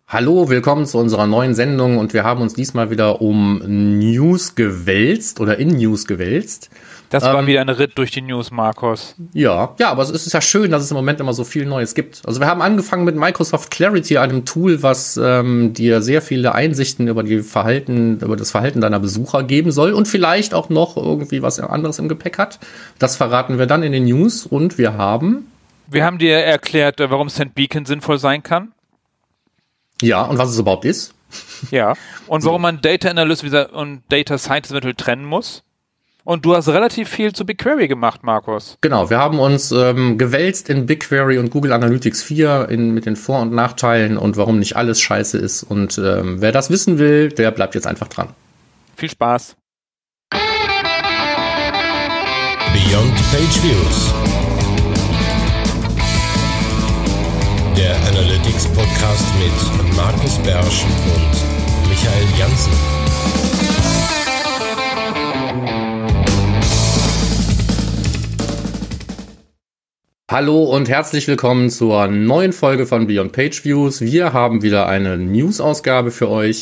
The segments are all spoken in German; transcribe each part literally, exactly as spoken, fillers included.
Hallo, willkommen zu unserer neuen Sendung und wir haben uns diesmal wieder um News gewälzt oder in News gewälzt. Das war ähm, wieder ein Ritt durch die News, Markus. Ja, ja, aber es ist ja schön, dass es im Moment immer so viel Neues gibt. Also wir haben angefangen mit Microsoft Clarity, einem Tool, was ähm, dir sehr viele Einsichten über die Verhalten, über das Verhalten deiner Besucher geben soll und vielleicht auch noch irgendwie was anderes im Gepäck hat. Das verraten wir dann in den News und wir haben... Wir haben dir erklärt, warum Saint Beacon sinnvoll sein kann. Ja, und was es überhaupt ist. Ja, und warum man Data Analyst und Data Scientist eventuell trennen muss. Und du hast relativ viel zu BigQuery gemacht, Markus. Genau, wir haben uns ähm, gewälzt in BigQuery und Google Analytics vier in, mit den Vor- und Nachteilen und warum nicht alles scheiße ist. Und ähm, wer das wissen will, der bleibt jetzt einfach dran. Viel Spaß. Beyond Page Views. Der Analytics Podcast mit Markus Bersch und Michael Janssen. Hallo und herzlich willkommen zur neuen Folge von Beyond Page Views. Wir haben wieder eine News-Ausgabe für euch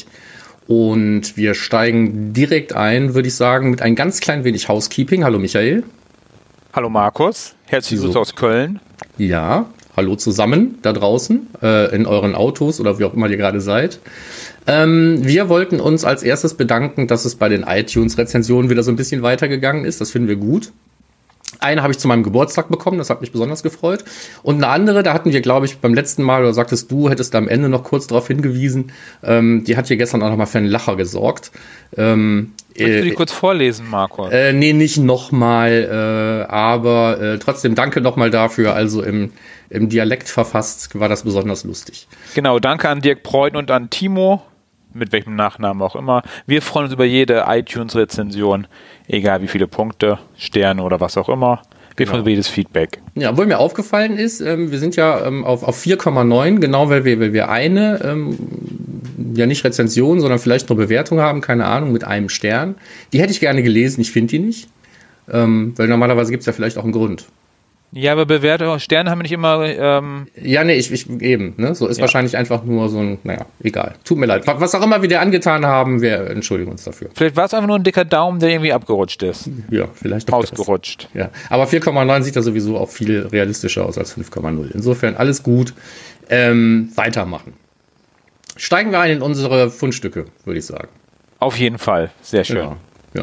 und wir steigen direkt ein, würde ich sagen, mit ein ganz klein wenig Housekeeping. Hallo Michael. Hallo Markus. Herzlich Grüße aus Köln. Ja. Hallo zusammen da draußen, äh, in euren Autos oder wie auch immer ihr gerade seid. Ähm, wir wollten uns als erstes bedanken, dass es bei den iTunes-Rezensionen wieder so ein bisschen weitergegangen ist. Das finden wir gut. Eine habe ich zu meinem Geburtstag bekommen, das hat mich besonders gefreut. Und eine andere, da hatten wir, glaube ich, beim letzten Mal, oder sagtest du, hättest da am Ende noch kurz darauf hingewiesen, ähm, die hat hier gestern auch nochmal für einen Lacher gesorgt. Ähm, Kannst du die äh, kurz vorlesen, Marco? Äh, nee, nicht nochmal, äh, aber äh, trotzdem danke nochmal dafür. Also im, im Dialekt verfasst war das besonders lustig. Genau, danke an Dirk Preuden und an Timo, mit welchem Nachnamen auch immer. Wir freuen uns über jede iTunes-Rezension, egal wie viele Punkte, Sterne oder was auch immer. Wir Genau. freuen uns über jedes Feedback. Ja, obwohl mir aufgefallen ist, ähm, wir sind ja ähm, auf, auf vier Komma neun, genau weil wir, weil wir eine, ähm, ja nicht Rezension, sondern vielleicht nur Bewertung haben, keine Ahnung, mit einem Stern. Die hätte ich gerne gelesen, ich finde die nicht. Ähm, weil normalerweise gibt es ja vielleicht auch einen Grund. Ja, aber Bewertung, Sterne haben wir nicht immer... Ähm ja, nee, ich, ich eben, ne? So ist ja. wahrscheinlich einfach nur so ein, naja, egal. Tut mir leid. Was auch immer wir dir angetan haben, wir entschuldigen uns dafür. Vielleicht war es einfach nur ein dicker Daumen, der irgendwie abgerutscht ist. Ja, vielleicht auch ausgerutscht. Das. Ja, aber vier Komma neun sieht ja sowieso auch viel realistischer aus als fünf Komma null. Insofern alles gut. Ähm, weitermachen. Steigen wir ein in unsere Fundstücke, würde ich sagen. Auf jeden Fall. Sehr schön. Ja, ja.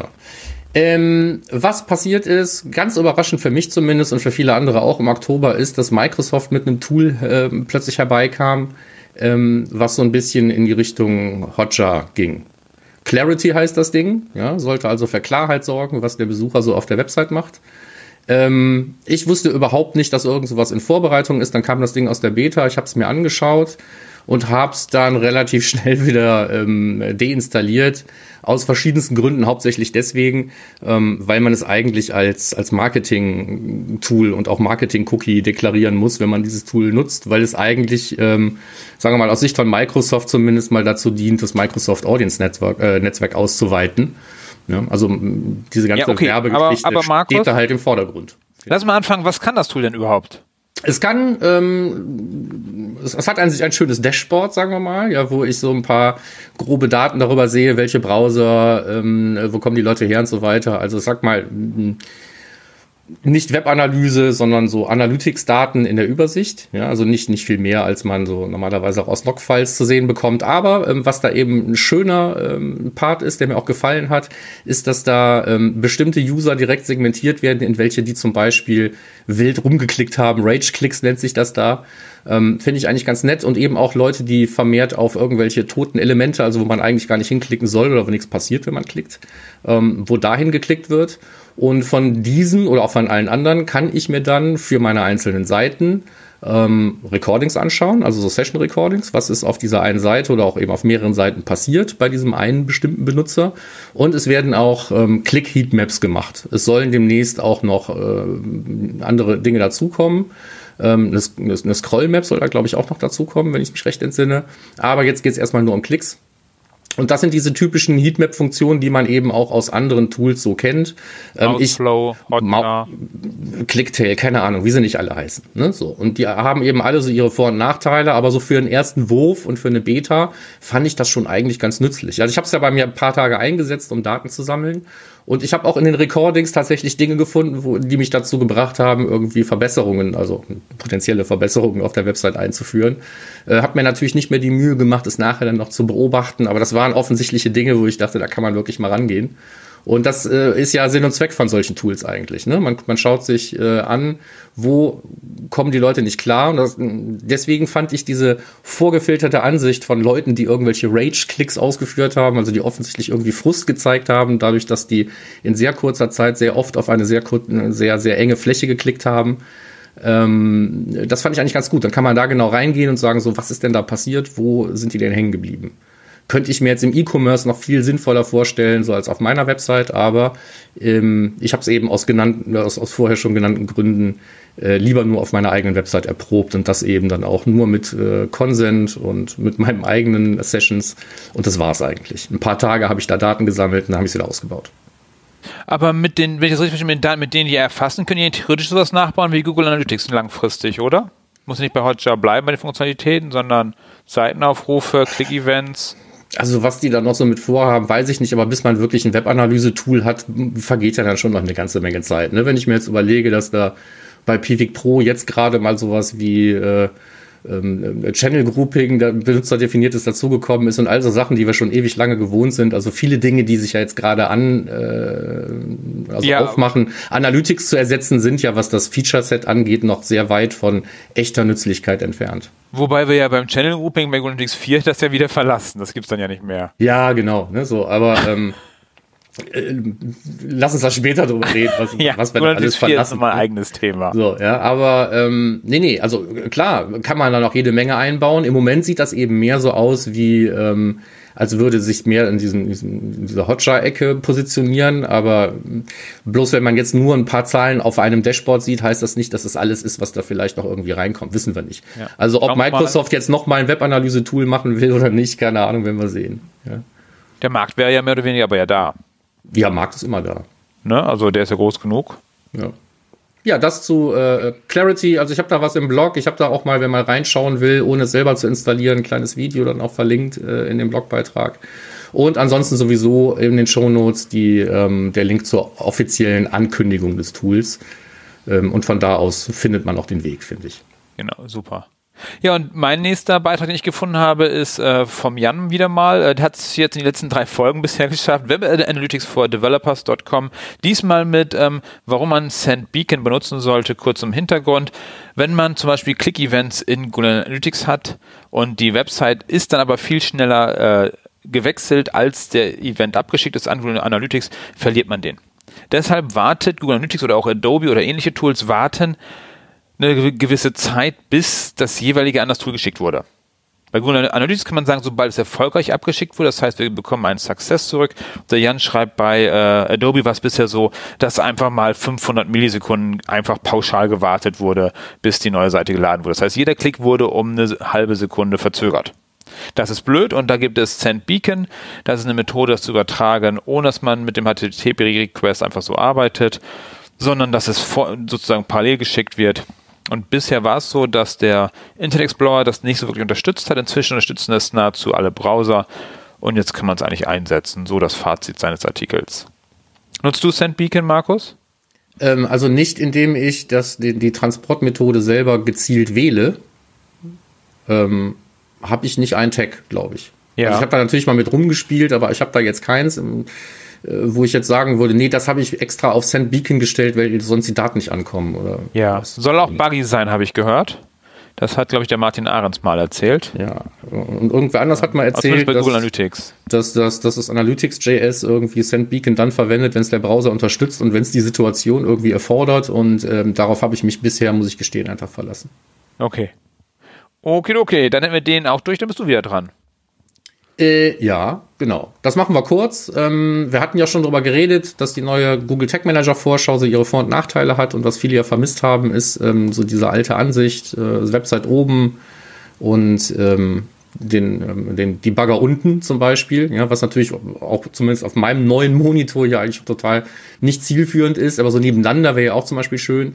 Ähm, was passiert ist, ganz überraschend für mich zumindest und für viele andere auch im Oktober, ist, dass Microsoft mit einem Tool äh, plötzlich herbeikam, ähm, was so ein bisschen in die Richtung Hotjar ging. Clarity heißt das Ding, ja, sollte also für Klarheit sorgen, was der Besucher so auf der Website macht. Ähm, ich wusste überhaupt nicht, dass irgend sowas in Vorbereitung ist, dann kam das Ding aus der Beta, ich habe es mir angeschaut und habe es dann relativ schnell wieder ähm, deinstalliert, aus verschiedensten Gründen, hauptsächlich deswegen, ähm, weil man es eigentlich als als Marketing-Tool und auch Marketing-Cookie deklarieren muss, wenn man dieses Tool nutzt, weil es eigentlich, ähm, sagen wir mal, aus Sicht von Microsoft zumindest mal dazu dient, das Microsoft Audience Network, äh, Netzwerk auszuweiten. Ja, also diese ganze ja, okay, Werbegeschichte aber, aber Markus, steht da halt im Vordergrund. Lass mal anfangen, was kann das Tool denn überhaupt? Es kann, ähm, es, es hat an sich ein schönes Dashboard, sagen wir mal, ja, wo ich so ein paar grobe Daten darüber sehe, welche Browser, ähm, wo kommen die Leute her und so weiter. Also sag mal, nicht Webanalyse, sondern so Analytics-Daten in der Übersicht. Ja, also nicht, nicht viel mehr, als man so normalerweise auch aus Logfiles zu sehen bekommt. Aber ähm, was da eben ein schöner ähm, Part ist, der mir auch gefallen hat, ist, dass da ähm, bestimmte User direkt segmentiert werden, in welche die zum Beispiel wild rumgeklickt haben. Rage-Clicks nennt sich das da. Ähm, finde ich eigentlich ganz nett. Und eben auch Leute, die vermehrt auf irgendwelche toten Elemente, also wo man eigentlich gar nicht hinklicken soll oder wo nichts passiert, wenn man klickt, ähm, wo dahin geklickt wird. Und von diesen oder auch von allen anderen kann ich mir dann für meine einzelnen Seiten ähm, Recordings anschauen, also so Session-Recordings, was ist auf dieser einen Seite oder auch eben auf mehreren Seiten passiert bei diesem einen bestimmten Benutzer. Und es werden auch ähm, Click-Heatmaps gemacht. Es sollen demnächst auch noch äh, andere Dinge dazukommen. Ähm, eine, eine Scroll-Map soll da, glaube ich, auch noch dazukommen, wenn ich mich recht entsinne. Aber jetzt geht es erstmal nur um Klicks. Und das sind diese typischen Heatmap-Funktionen, die man eben auch aus anderen Tools so kennt. Ähm, Outflow, Hotjar, Clicktail, keine Ahnung, wie sie nicht alle heißen. Ne? So. Und die haben eben alle so ihre Vor- und Nachteile, aber so für einen ersten Wurf und für eine Beta fand ich das schon eigentlich ganz nützlich. Also ich habe es ja bei mir ein paar Tage eingesetzt, um Daten zu sammeln. Und ich habe auch in den Recordings tatsächlich Dinge gefunden, wo, die mich dazu gebracht haben, irgendwie Verbesserungen, also potenzielle Verbesserungen auf der Website einzuführen. Äh, hab mir natürlich nicht mehr die Mühe gemacht, es nachher dann noch zu beobachten, aber das waren offensichtliche Dinge, wo ich dachte, da kann man wirklich mal rangehen. Und das äh, ist ja Sinn und Zweck von solchen Tools eigentlich. Ne? Man, man schaut sich äh, an, wo kommen die Leute nicht klar. Und das, deswegen fand ich diese vorgefilterte Ansicht von Leuten, die irgendwelche Rage-Klicks ausgeführt haben, also die offensichtlich irgendwie Frust gezeigt haben, dadurch, dass die in sehr kurzer Zeit sehr oft auf eine sehr, sehr, sehr enge Fläche geklickt haben. Ähm, das fand ich eigentlich ganz gut. Dann kann man da genau reingehen und sagen, so, was ist denn da passiert? Wo sind die denn hängen geblieben? Könnte ich mir jetzt im E-Commerce noch viel sinnvoller vorstellen, so als auf meiner Website, aber ähm, ich habe es eben aus genannten, aus, aus vorher schon genannten Gründen äh, lieber nur auf meiner eigenen Website erprobt und das eben dann auch nur mit äh, Consent und mit meinen eigenen Sessions und das war's eigentlich. Ein paar Tage habe ich da Daten gesammelt und dann habe ich sie wieder ausgebaut. Aber mit den, wenn ich das richtig verstehe, mit den Daten, mit denen die erfassen, können die theoretisch sowas nachbauen wie Google Analytics langfristig, oder? Muss nicht bei Hotjar bleiben bei den Funktionalitäten, sondern Seitenaufrufe, Click-Events. Also was die da noch so mit vorhaben, weiß ich nicht, aber bis man wirklich ein Webanalyse-Tool hat, vergeht ja dann schon noch eine ganze Menge Zeit. Ne? Wenn ich mir jetzt überlege, dass da bei Piwik Pro jetzt gerade mal sowas wie äh, ähm, Channel Grouping, der benutzerdefiniertes dazugekommen ist und all so Sachen, die wir schon ewig lange gewohnt sind. Also viele Dinge, die sich ja jetzt gerade an äh, also ja. aufmachen. Analytics zu ersetzen sind ja, was das Feature-Set angeht, noch sehr weit von echter Nützlichkeit entfernt. Wobei wir ja beim Channel Grouping bei Google Analytics vier das ja wieder verlassen. Das gibt's dann ja nicht mehr. Ja, genau. Ne, so, aber ähm, äh, lass uns da später drüber reden, was, ja, was wir da alles verlassen. Das ist nochmal ein eigenes Thema. So, ja, aber ähm, nee, nee, also klar, kann man da noch jede Menge einbauen. Im Moment sieht das eben mehr so aus wie ähm, als würde sich mehr in, diesen, in dieser Hotjar-Ecke positionieren, aber bloß wenn man jetzt nur ein paar Zahlen auf einem Dashboard sieht, heißt das nicht, dass das alles ist, was da vielleicht noch irgendwie reinkommt, wissen wir nicht. Ja. Also ob Microsoft jetzt noch mal ein Webanalyse-Tool machen will oder nicht, keine Ahnung, werden wir sehen. Ja. Der Markt wäre ja mehr oder weniger aber ja da. Ja, Markt ist immer da. Ne? Also der ist ja groß genug. Ja. Ja, das zu äh, Clarity. Also ich habe da was im Blog. Ich habe da auch mal, wenn man reinschauen will, ohne es selber zu installieren, ein kleines Video dann auch verlinkt äh, in dem Blogbeitrag. Und ansonsten sowieso in den Shownotes die, ähm, der Link zur offiziellen Ankündigung des Tools. Ähm, und von da aus findet man auch den Weg, finde ich. Genau, super. Ja, und mein nächster Beitrag, den ich gefunden habe, ist äh, vom Jan wieder mal. Er hat es jetzt in den letzten drei Folgen bisher geschafft. Web Analytics for Developers Punkt com. Diesmal mit, ähm, warum man SendBeacon benutzen sollte, kurz im Hintergrund. Wenn man zum Beispiel Click-Events in Google Analytics hat und die Website ist dann aber viel schneller äh, gewechselt, als der Event abgeschickt ist an Google Analytics, verliert man den. Deshalb wartet Google Analytics oder auch Adobe oder ähnliche Tools warten eine gewisse Zeit, bis das jeweilige an das Tool geschickt wurde. Bei Google Analytics kann man sagen, sobald es erfolgreich abgeschickt wurde, das heißt, wir bekommen einen Success zurück. Der Jan schreibt bei äh, Adobe war es bisher so, dass einfach mal fünfhundert Millisekunden einfach pauschal gewartet wurde, bis die neue Seite geladen wurde. Das heißt, jeder Klick wurde um eine halbe Sekunde verzögert. Das ist blöd und da gibt es SendBeacon. Das ist eine Methode, das zu übertragen, ohne dass man mit dem H T T P-Request einfach so arbeitet, sondern dass es vor, sozusagen parallel geschickt wird. Und bisher war es so, dass der Internet Explorer das nicht so wirklich unterstützt hat. Inzwischen unterstützen das nahezu alle Browser. Und jetzt kann man es eigentlich einsetzen. So das Fazit seines Artikels. Nutzt du SendBeacon, Markus? Ähm, also nicht, indem ich das, die, die Transportmethode selber gezielt wähle. Ähm, habe ich nicht einen Tag, glaube ich. Ja. Also ich habe da natürlich mal mit rumgespielt, aber ich habe da jetzt keins, im, wo ich jetzt sagen würde, nee, das habe ich extra auf SendBeacon gestellt, weil sonst die Daten nicht ankommen. Oder ja, was. Soll auch buggy sein, habe ich gehört. Das hat, glaube ich, der Martin Ahrens mal erzählt. Ja, und irgendwer anders hat mal erzählt, bei dass, Google Analytics. Dass, dass, dass das Analytics Punkt J S irgendwie SendBeacon dann verwendet, wenn es der Browser unterstützt und wenn es die Situation irgendwie erfordert. Und ähm, darauf habe ich mich bisher, muss ich gestehen, einfach verlassen. Okay. Okay, okay, dann hätten wir den auch durch, dann bist du wieder dran. Äh, ja, genau. Das machen wir kurz. Ähm, wir hatten ja schon darüber geredet, dass die neue Google Tag Manager Vorschau so ihre Vor- und Nachteile hat und was viele ja vermisst haben, ist ähm, so diese alte Ansicht, äh, Website oben und ähm, den, den Debugger unten zum Beispiel, ja, was natürlich auch zumindest auf meinem neuen Monitor hier eigentlich total nicht zielführend ist, aber so nebeneinander wäre ja auch zum Beispiel schön.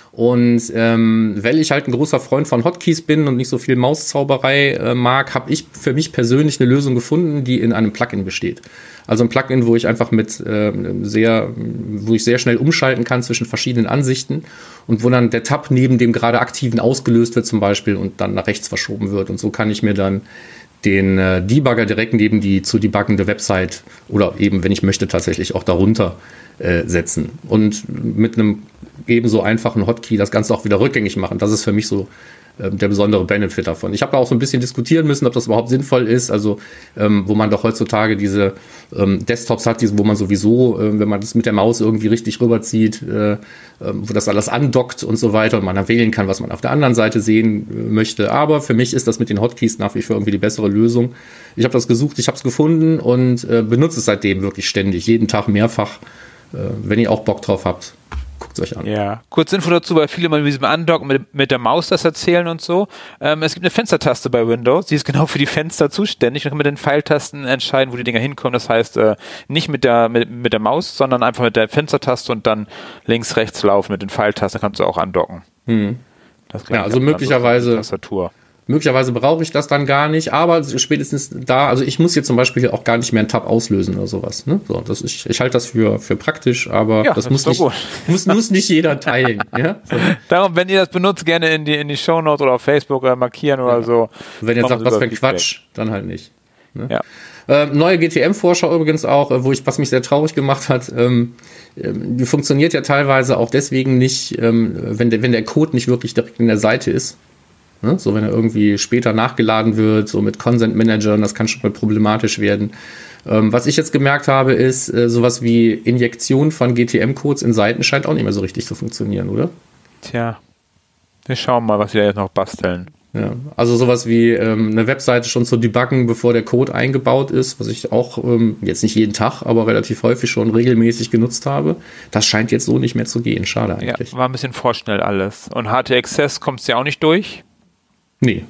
Und ähm, weil ich halt ein großer Freund von Hotkeys bin und nicht so viel Mauszauberei äh, mag, habe ich für mich persönlich eine Lösung gefunden, die in einem Plugin besteht. Also ein Plugin, wo ich einfach mit äh, sehr, wo ich sehr schnell umschalten kann zwischen verschiedenen Ansichten und wo dann der Tab neben dem gerade aktiven ausgelöst wird zum Beispiel und dann nach rechts verschoben wird. Und so kann ich mir dann den äh, Debugger direkt neben die zu debuggende Website oder eben, wenn ich möchte, tatsächlich auch darunter äh, setzen. Und mit einem ebenso einfachen Hotkey das Ganze auch wieder rückgängig machen. Das ist für mich so äh, der besondere Benefit davon. Ich habe da auch so ein bisschen diskutieren müssen, ob das überhaupt sinnvoll ist. Also ähm, wo man doch heutzutage diese ähm, Desktops hat, diese, wo man sowieso, äh, wenn man das mit der Maus irgendwie richtig rüberzieht, äh, äh, wo das alles andockt und so weiter und man dann wählen kann, was man auf der anderen Seite sehen äh, möchte. Aber für mich ist das mit den Hotkeys nach wie vor irgendwie die bessere Lösung. Ich habe das gesucht, ich habe es gefunden und äh, benutze es seitdem wirklich ständig, jeden Tag mehrfach. Äh, wenn ihr auch Bock drauf habt, guckt es euch an. Ja, kurz Info dazu, weil viele mal mit diesem Andocken mit, mit der Maus das erzählen und so. Ähm, es gibt eine Fenstertaste bei Windows, die ist genau für die Fenster zuständig. Man kann mit den Pfeiltasten entscheiden, wo die Dinger hinkommen. Das heißt, äh, nicht mit der, mit, mit der Maus, sondern einfach mit der Fenstertaste und dann links, rechts laufen mit den Pfeiltasten. Da kannst du auch andocken. Hm. Das ja, also möglicherweise... Tastatur. Möglicherweise brauche ich das dann gar nicht, aber spätestens da, also ich muss jetzt zum Beispiel auch gar nicht mehr einen Tab auslösen oder sowas. Ne? So, das ich, ich halte das für, für praktisch, aber ja, das, das muss, nicht, muss, muss nicht jeder teilen. Ja? So. Darum, wenn ihr das benutzt, gerne in die, in die Shownotes oder auf Facebook äh, markieren oder ja. so. Wenn ihr sagt, was für ein Quatsch, dann halt nicht. Ne? Ja. Äh, neue G T M-Vorschau übrigens auch, wo ich, was mich sehr traurig gemacht hat, ähm, die funktioniert ja teilweise auch deswegen nicht, ähm, wenn, der, wenn der Code nicht wirklich direkt in der Seite ist. Ne? So, wenn er irgendwie später nachgeladen wird, so mit Consent Managern, das kann schon mal problematisch werden. Ähm, was ich jetzt gemerkt habe, ist, äh, sowas wie Injektion von G T M-Codes in Seiten scheint auch nicht mehr so richtig zu funktionieren, oder? Tja, wir schauen mal, was wir jetzt noch basteln. Ja, also sowas wie ähm, eine Webseite schon zu debuggen, bevor der Code eingebaut ist, was ich auch ähm, jetzt nicht jeden Tag, aber relativ häufig schon regelmäßig genutzt habe. Das scheint jetzt so nicht mehr zu gehen. Schade eigentlich. Ja, war ein bisschen vorschnell alles. Und H T Access kommt es ja auch nicht durch? Nee.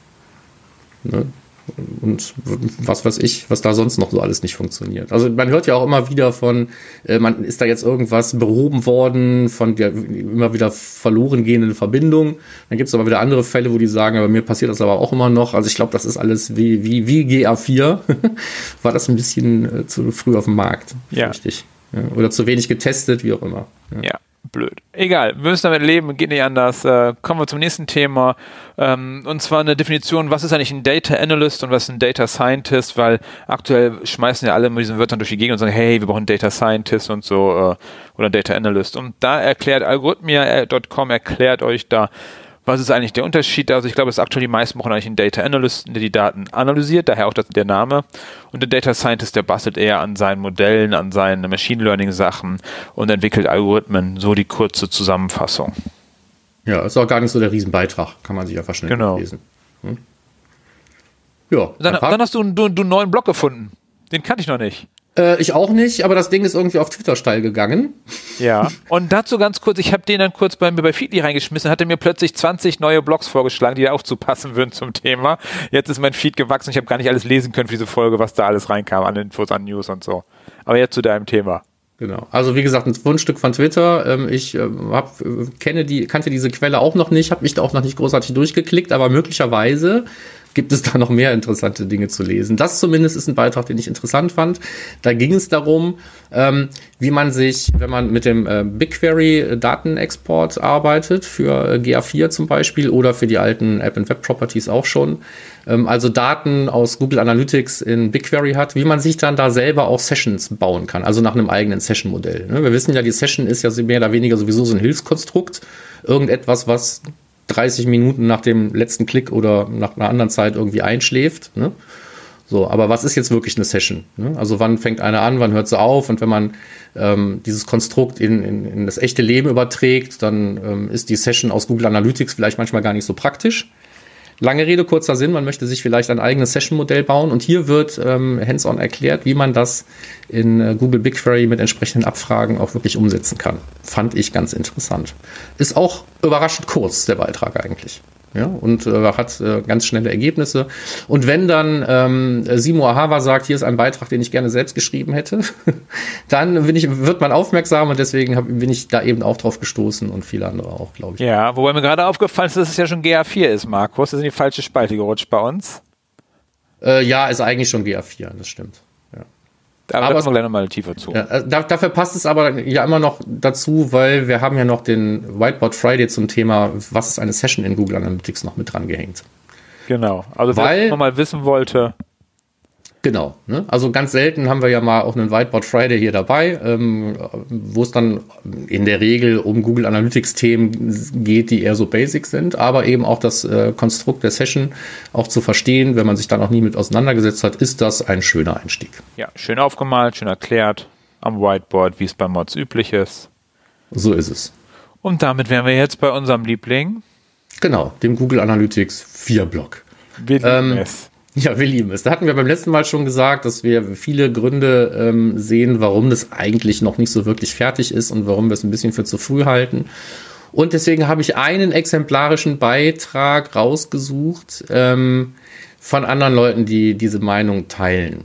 Ne? Und was weiß ich, was da sonst noch so alles nicht funktioniert. Also man hört ja auch immer wieder von, äh, man ist da jetzt irgendwas behoben worden, von der immer wieder verloren gehenden Verbindung. Dann gibt es aber wieder andere Fälle, wo die sagen, aber mir passiert das aber auch immer noch. Also ich glaube, das ist alles wie, wie, wie G A vier. War das ein bisschen äh, zu früh auf dem Markt. Ja. Richtig. Ja. Oder zu wenig getestet, wie auch immer. Ja. ja. Blöd. Egal, wir müssen damit leben, geht nicht anders. Äh, kommen wir zum nächsten Thema. Ähm, und zwar eine Definition, was ist eigentlich ein Data Analyst und was ist ein Data Scientist, weil aktuell schmeißen ja alle mit diesen Wörtern durch die Gegend und sagen, hey, wir brauchen einen Data Scientist und so äh, oder Data Analyst. Und da erklärt Algorithmia Punkt com erklärt euch da, was ist eigentlich der Unterschied? Also ich glaube, dass aktuell die meisten brauchen eigentlich einen Data Analyst, der die Daten analysiert, daher auch das, der Name. Und der Data Scientist, der bastelt eher an seinen Modellen, an seinen Machine Learning Sachen und entwickelt Algorithmen, so die kurze Zusammenfassung. Ja, ist auch gar nicht so der Riesenbeitrag, kann man sich einfach schnell genau. lesen. Hm? Ja. Dann, dann hast du einen, du, du einen neuen Blog gefunden. Den kannte ich noch nicht. Äh, ich auch nicht, aber das Ding ist irgendwie auf Twitter steil gegangen. Ja. Und dazu ganz kurz, ich habe den dann kurz bei mir bei Feedly reingeschmissen, hatte mir plötzlich zwanzig neue Blogs vorgeschlagen, die da auch zu passen würden zum Thema. Jetzt ist mein Feed gewachsen, ich habe gar nicht alles lesen können für diese Folge, was da alles reinkam an Infos, an News und so. Aber jetzt zu deinem Thema. Genau. Also wie gesagt, ein Fundstück von Twitter. Ich hab, kenne die, kannte diese Quelle auch noch nicht, habe mich da auch noch nicht großartig durchgeklickt, aber möglicherweise gibt es da noch mehr interessante Dinge zu lesen. Das zumindest ist ein Beitrag, den ich interessant fand. Da ging es darum, ähm, wie man sich, wenn man mit dem äh, BigQuery-Datenexport arbeitet, für äh, G A vier zum Beispiel oder für die alten App- und Web-Properties auch schon, ähm, also Daten aus Google Analytics in BigQuery hat, wie man sich dann da selber auch Sessions bauen kann, also nach einem eigenen Session-Modell. Ne? Wir wissen ja, die Session ist ja mehr oder weniger sowieso so ein Hilfskonstrukt, irgendetwas, was dreißig Minuten nach dem letzten Klick oder nach einer anderen Zeit irgendwie einschläft. Ne? So, aber was ist jetzt wirklich eine Session? Ne? Also wann fängt eine an, wann hört sie auf? Und wenn man ähm, dieses Konstrukt in, in, in das echte Leben überträgt, dann ähm, ist die Session aus Google Analytics vielleicht manchmal gar nicht so praktisch. Lange Rede, kurzer Sinn, man möchte sich vielleicht ein eigenes Session-Modell bauen und hier wird ähm, hands-on erklärt, wie man das in äh, Google BigQuery mit entsprechenden Abfragen auch wirklich umsetzen kann. Fand ich ganz interessant. Ist auch überraschend kurz, der Beitrag eigentlich. Ja, und äh, hat äh, ganz schnelle Ergebnisse. Und wenn dann ähm, Simo Ahava sagt, hier ist ein Beitrag, den ich gerne selbst geschrieben hätte, dann bin ich, wird man aufmerksam und deswegen hab, bin ich da eben auch drauf gestoßen und viele andere auch, glaube ich. Ja, wobei mir gerade aufgefallen ist, dass es ja schon G A vier ist, Markus. Das ist in die falsche Spalte gerutscht bei uns. Äh, ja, ist eigentlich schon G A vier, das stimmt. Ja. Aber, aber da kommen wir gleich nochmal tiefer zu. Ja, da, dafür passt es aber ja immer noch dazu, weil wir haben ja noch den Whiteboard Friday zum Thema, was ist eine Session in Google Analytics, noch mit dran gehängt. Genau, also weil, wer mal wissen wollte. Genau, ne? Also ganz selten haben wir ja mal auch einen Whiteboard Friday hier dabei, ähm, wo es dann in der Regel um Google Analytics Themen geht, die eher so basic sind, aber eben auch das äh, Konstrukt der Session auch zu verstehen, wenn man sich da noch nie mit auseinandergesetzt hat, ist das ein schöner Einstieg. Ja, schön aufgemalt, schön erklärt am Whiteboard, wie es bei Mods üblich ist. So ist es. Und damit wären wir jetzt bei unserem Liebling. Genau, dem Google Analytics vier Block. Wir lieben es. Ja, wir lieben es. Da hatten wir beim letzten Mal schon gesagt, dass wir viele Gründe ähm, sehen, warum das eigentlich noch nicht so wirklich fertig ist und warum wir es ein bisschen für zu früh halten. Und deswegen habe ich einen exemplarischen Beitrag rausgesucht ähm, von anderen Leuten, die diese Meinung teilen.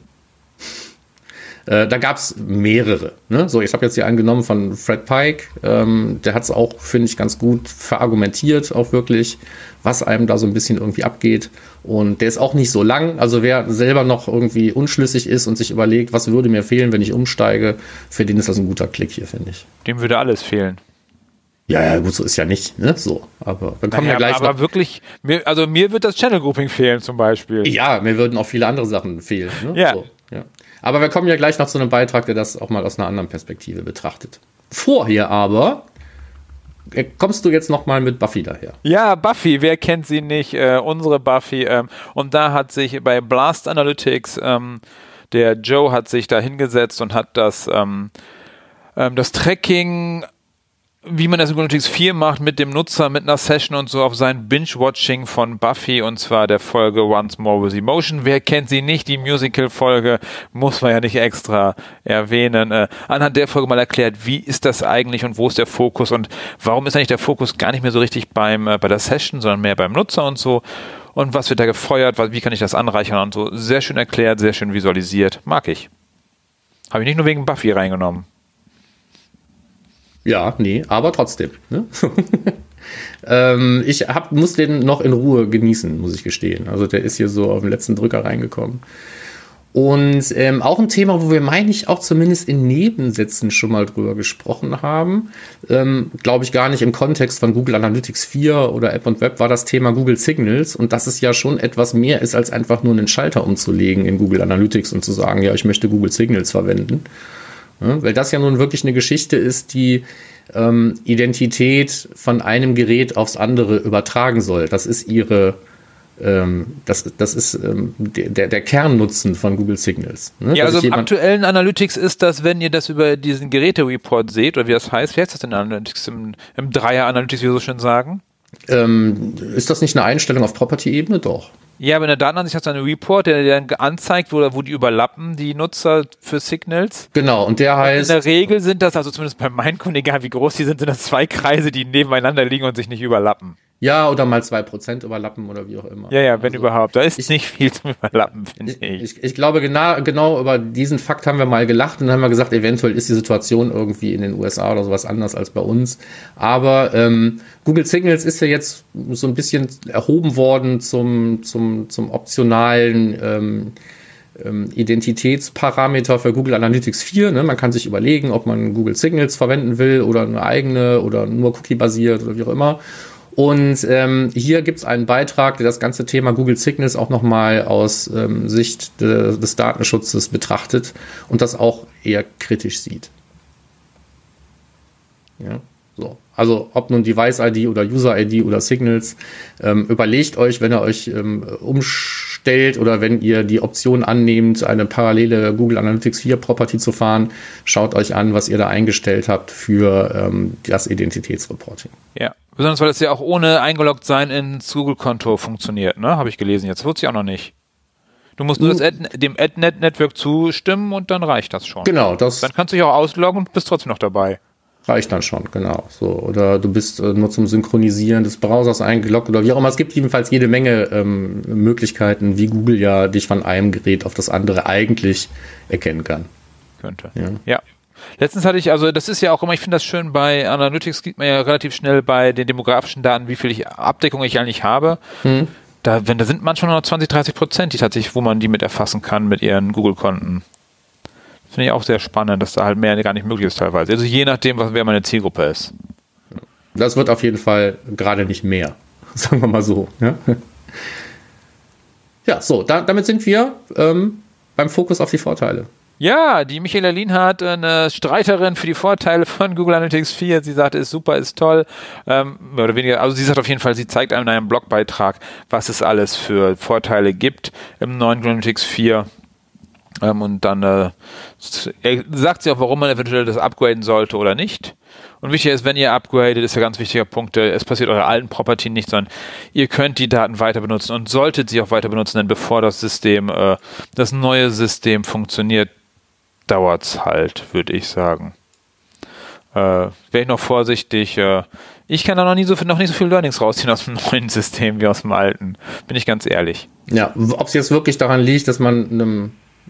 Äh, da gab es mehrere. Ne? So, ich habe jetzt hier einen genommen von Fred Pike. Ähm, der hat es auch, finde ich, ganz gut verargumentiert, auch wirklich, was einem da so ein bisschen irgendwie abgeht. Und der ist auch nicht so lang. Also wer selber noch irgendwie unschlüssig ist und sich überlegt, was würde mir fehlen, wenn ich umsteige, für den ist das ein guter Klick hier, finde ich. Dem würde alles fehlen. Ja, ja, gut, so ist ja nicht, ne? So, aber wir kommen naja, ja gleich aber noch. wirklich, mir, also mir wird das Channel Grouping fehlen zum Beispiel. Ja, mir würden auch viele andere Sachen fehlen. Ne? Ja. So, ja. Aber wir kommen ja gleich noch zu einem Beitrag, der das auch mal aus einer anderen Perspektive betrachtet. Vorher aber kommst du jetzt noch mal mit Buffy daher. Ja, Buffy, wer kennt sie nicht? Äh, unsere Buffy. Ähm, und da hat sich bei Blast Analytics, ähm, der Joe hat sich da hingesetzt und hat das, ähm, ähm, das Tracking, wie man das in Google Analytics vier macht, mit dem Nutzer, mit einer Session und so auf sein Binge-Watching von Buffy, und zwar der Folge Once More with Emotion. Wer kennt sie nicht? Die Musical-Folge muss man ja nicht extra erwähnen. Äh, anhand der Folge mal erklärt, wie ist das eigentlich und wo ist der Fokus und warum ist eigentlich der Fokus gar nicht mehr so richtig beim äh, bei der Session, sondern mehr beim Nutzer und so. Und was wird da gefeuert? Wie kann ich das anreichern und so. Sehr schön erklärt, sehr schön visualisiert. Mag ich. Habe ich nicht nur wegen Buffy reingenommen. Ja, nee, aber trotzdem. Ne? ähm, ich hab, muss den noch in Ruhe genießen, muss ich gestehen. Also der ist hier so auf den letzten Drücker reingekommen. Und ähm, auch ein Thema, wo wir, meine ich, auch zumindest in Nebensätzen schon mal drüber gesprochen haben. Ähm, Glaube ich gar nicht im Kontext von Google Analytics vier oder App und Web, war das Thema Google Signals. Und dass es ja schon etwas mehr ist, als einfach nur einen Schalter umzulegen in Google Analytics und zu sagen, ja, ich möchte Google Signals verwenden. Ja, weil das ja nun wirklich eine Geschichte ist, die ähm, Identität von einem Gerät aufs andere übertragen soll. Das ist ihre, ähm, das, das ist ähm, der, der Kernnutzen von Google Signals. Ne? Ja, Dass also im jemand, aktuellen Analytics ist das, wenn ihr das über diesen Geräte-Report seht, oder wie das heißt, wie heißt das denn Analytics, im, im Dreier-Analytics, wie wir so schön sagen? ähm, ist das nicht eine Einstellung auf Property-Ebene? Doch. Ja, aber in der Datenansicht hast du einen Report, der dir dann anzeigt, wo, wo die überlappen, die Nutzer für Signals. Genau, und der heißt... Und in der Regel sind das, also zumindest bei meinen Kunden, egal wie groß die sind, sind das zwei Kreise, die nebeneinander liegen und sich nicht überlappen. Ja, oder mal zwei Prozent überlappen oder wie auch immer. Ja, ja, wenn also, überhaupt. Da ist ich, nicht viel zum Überlappen, finde ich. ich. Ich glaube, genau, genau über diesen Fakt haben wir mal gelacht und haben wir gesagt, eventuell ist die Situation irgendwie in den U S A oder sowas anders als bei uns. Aber ähm, Google Signals ist ja jetzt so ein bisschen erhoben worden zum, zum, zum optionalen ähm, ähm, Identitätsparameter für Google Analytics vier. Ne? Man kann sich überlegen, ob man Google Signals verwenden will oder eine eigene oder nur Cookie-basiert oder wie auch immer. Und ähm, hier gibt es einen Beitrag, der das ganze Thema Google Signals auch nochmal aus ähm, Sicht de, des Datenschutzes betrachtet und das auch eher kritisch sieht. Ja, so. Also ob nun Device-I D oder User-I D oder Signals, ähm, überlegt euch, wenn ihr euch ähm, umstellt oder wenn ihr die Option annehmt, eine parallele Google Analytics vier Property zu fahren, schaut euch an, was ihr da eingestellt habt für ähm, das Identitätsreporting. Ja, besonders weil es ja auch ohne eingeloggt sein ins Google-Konto funktioniert, ne? Habe ich gelesen. Jetzt wird es ja auch noch nicht. Du musst nur das Ad, dem AdNet-Network zustimmen und dann reicht das schon. Genau. Das dann kannst du dich auch ausloggen und bist trotzdem noch dabei. reicht dann schon, genau. So, oder du bist äh, nur zum Synchronisieren des Browsers eingeloggt oder wie auch immer. Es gibt jedenfalls jede Menge ähm, Möglichkeiten, wie Google ja dich von einem Gerät auf das andere eigentlich erkennen kann. Könnte. Ja. ja. Letztens hatte ich, also das ist ja auch immer, ich finde das schön, bei Analytics sieht man ja relativ schnell bei den demografischen Daten, wie viel ich Abdeckung ich eigentlich habe. Hm. Da, wenn, da sind manchmal noch zwanzig, dreißig Prozent, die tatsächlich, wo man die mit erfassen kann mit ihren Google-Konten. Finde ich auch sehr spannend, dass da halt mehr gar nicht möglich ist teilweise. Also je nachdem, was, wer meine Zielgruppe ist. Das wird auf jeden Fall gerade nicht mehr. Sagen wir mal so. Ja, ja so, da, damit sind wir ähm, beim Fokus auf die Vorteile. Ja, die Michaela Lienhardt, eine Streiterin für die Vorteile von Google Analytics vier. Sie sagte, ist super, ist toll. Ähm, mehr oder weniger, also sie sagt auf jeden Fall, sie zeigt einem in einem Blogbeitrag, was es alles für Vorteile gibt im neuen Google Analytics vier. Ähm, und dann äh, sagt sie auch, warum man eventuell das upgraden sollte oder nicht. Und wichtig ist, wenn ihr upgradet, ist ja ganz wichtiger Punkt, es passiert eurer alten Property nicht, sondern ihr könnt die Daten weiter benutzen und solltet sie auch weiter benutzen, denn bevor das System, äh, das neue System funktioniert, dauert's halt, würde ich sagen. Äh, wäre ich noch vorsichtig. Äh, ich kann da noch nie so viel, noch nicht so viel Learnings rausziehen aus dem neuen System wie aus dem alten. Bin ich ganz ehrlich. Ja, ob es jetzt wirklich daran liegt, dass man einem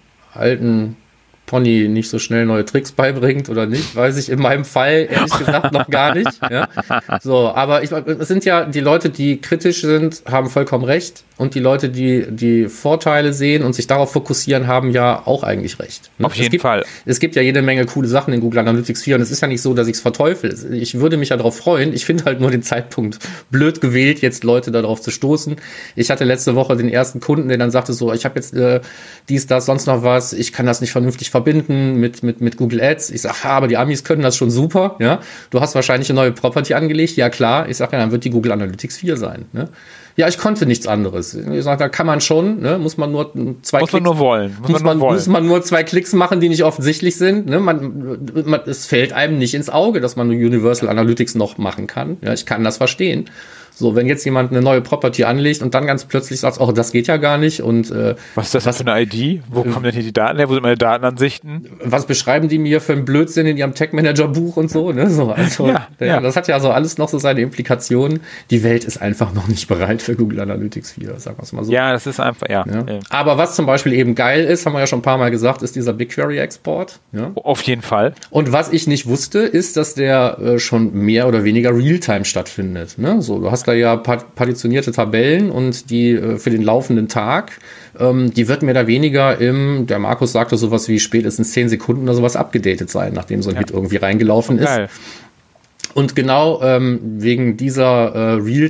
alten Pony nicht so schnell neue Tricks beibringt oder nicht, weiß ich in meinem Fall ehrlich gesagt noch gar nicht. Ja? So, aber ich, es sind ja die Leute, die kritisch sind, haben vollkommen recht, und die Leute, die die Vorteile sehen und sich darauf fokussieren, haben ja auch eigentlich recht. Ne? Auf jeden es gibt, Fall. Es gibt ja jede Menge coole Sachen in Google Analytics vier, und es ist ja nicht so, dass ich es verteufel. Ich würde mich ja darauf freuen. Ich finde halt nur den Zeitpunkt blöd gewählt, jetzt Leute darauf zu stoßen. Ich hatte letzte Woche den ersten Kunden, der dann sagte so, ich habe jetzt äh, dies, das, sonst noch was, ich kann das nicht vernünftig verbinden mit mit mit Google Ads. Ich sage, aber die Amis können das schon super. Ja, du hast wahrscheinlich eine neue Property angelegt. Ja klar. Ich sage, ja, dann wird die Google Analytics vier sein. Ne? Ja, ich konnte nichts anderes. Ich sage, da kann man schon, ne? Muss man nur zwei muss Klicks, man nur wollen. Muss, muss man, nur wollen. Muss man nur zwei Klicks machen, die nicht offensichtlich sind. Ne? Man, man, es fällt einem nicht ins Auge, dass man Universal Analytics noch machen kann. Ja, ich kann das verstehen. So, wenn jetzt jemand eine neue Property anlegt und dann ganz plötzlich sagt, oh, das geht ja gar nicht, und äh, was ist das was, für eine I D? Wo äh, kommen denn hier die Daten her? Wo sind meine Datenansichten? Was beschreiben die mir für einen Blödsinn in ihrem Tech-Manager-Buch und so? Ne? So, also, ja, ja, ja. Das hat ja so alles noch so seine Implikationen. Die Welt ist einfach noch nicht bereit für Google Analytics vier, sagen wir es mal so. Ja, das ist einfach, ja. ja. Aber was zum Beispiel eben geil ist, haben wir ja schon ein paar Mal gesagt, ist dieser BigQuery-Export. Ja? Auf jeden Fall. Und was ich nicht wusste, ist, dass der äh, schon mehr oder weniger Realtime stattfindet. Ne? So, du hast da ja part- partitionierte Tabellen, und die äh, für den laufenden Tag, ähm, die wird mehr oder weniger im, der Markus sagte sowas wie spätestens zehn Sekunden oder sowas abgedatet sein, nachdem so ein ja. Hit irgendwie reingelaufen ist. Geil. Und genau ähm, wegen dieser äh,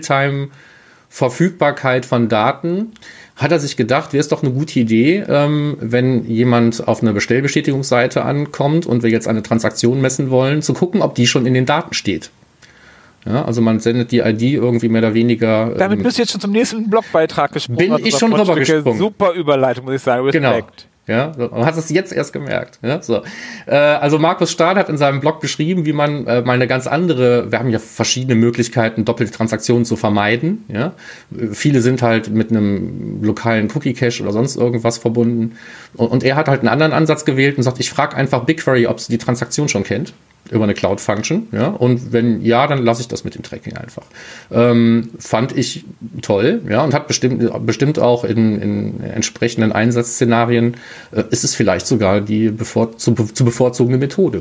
Realtime-Verfügbarkeit von Daten hat er sich gedacht, wäre es doch eine gute Idee, ähm, wenn jemand auf einer Bestellbestätigungsseite ankommt und wir jetzt eine Transaktion messen wollen, zu gucken, ob die schon in den Daten steht. Ja, also man sendet die I D irgendwie mehr oder weniger. Damit bist du jetzt schon zum nächsten Blogbeitrag gesprungen. Bin also ich schon rübergesprungen. Super Überleitung, muss ich sagen. Respekt. Genau. Ja, man hat es jetzt erst gemerkt. Ja, so. Äh, also Markus Stahl hat in seinem Blog beschrieben, wie man äh, mal eine ganz andere, wir haben ja verschiedene Möglichkeiten, doppelte Transaktionen zu vermeiden. Ja, viele sind halt mit einem lokalen Cookie-Cache oder sonst irgendwas verbunden. Und, und er hat halt einen anderen Ansatz gewählt und sagt, ich frage einfach BigQuery, ob sie die Transaktion schon kennt über eine Cloud-Function, ja, und wenn ja, dann lasse ich das mit dem Tracking einfach. Ähm, fand ich toll, ja, und hat bestimmt, bestimmt auch in, in entsprechenden Einsatzszenarien, äh, ist es vielleicht sogar die bevor, zu, zu bevorzugende Methode.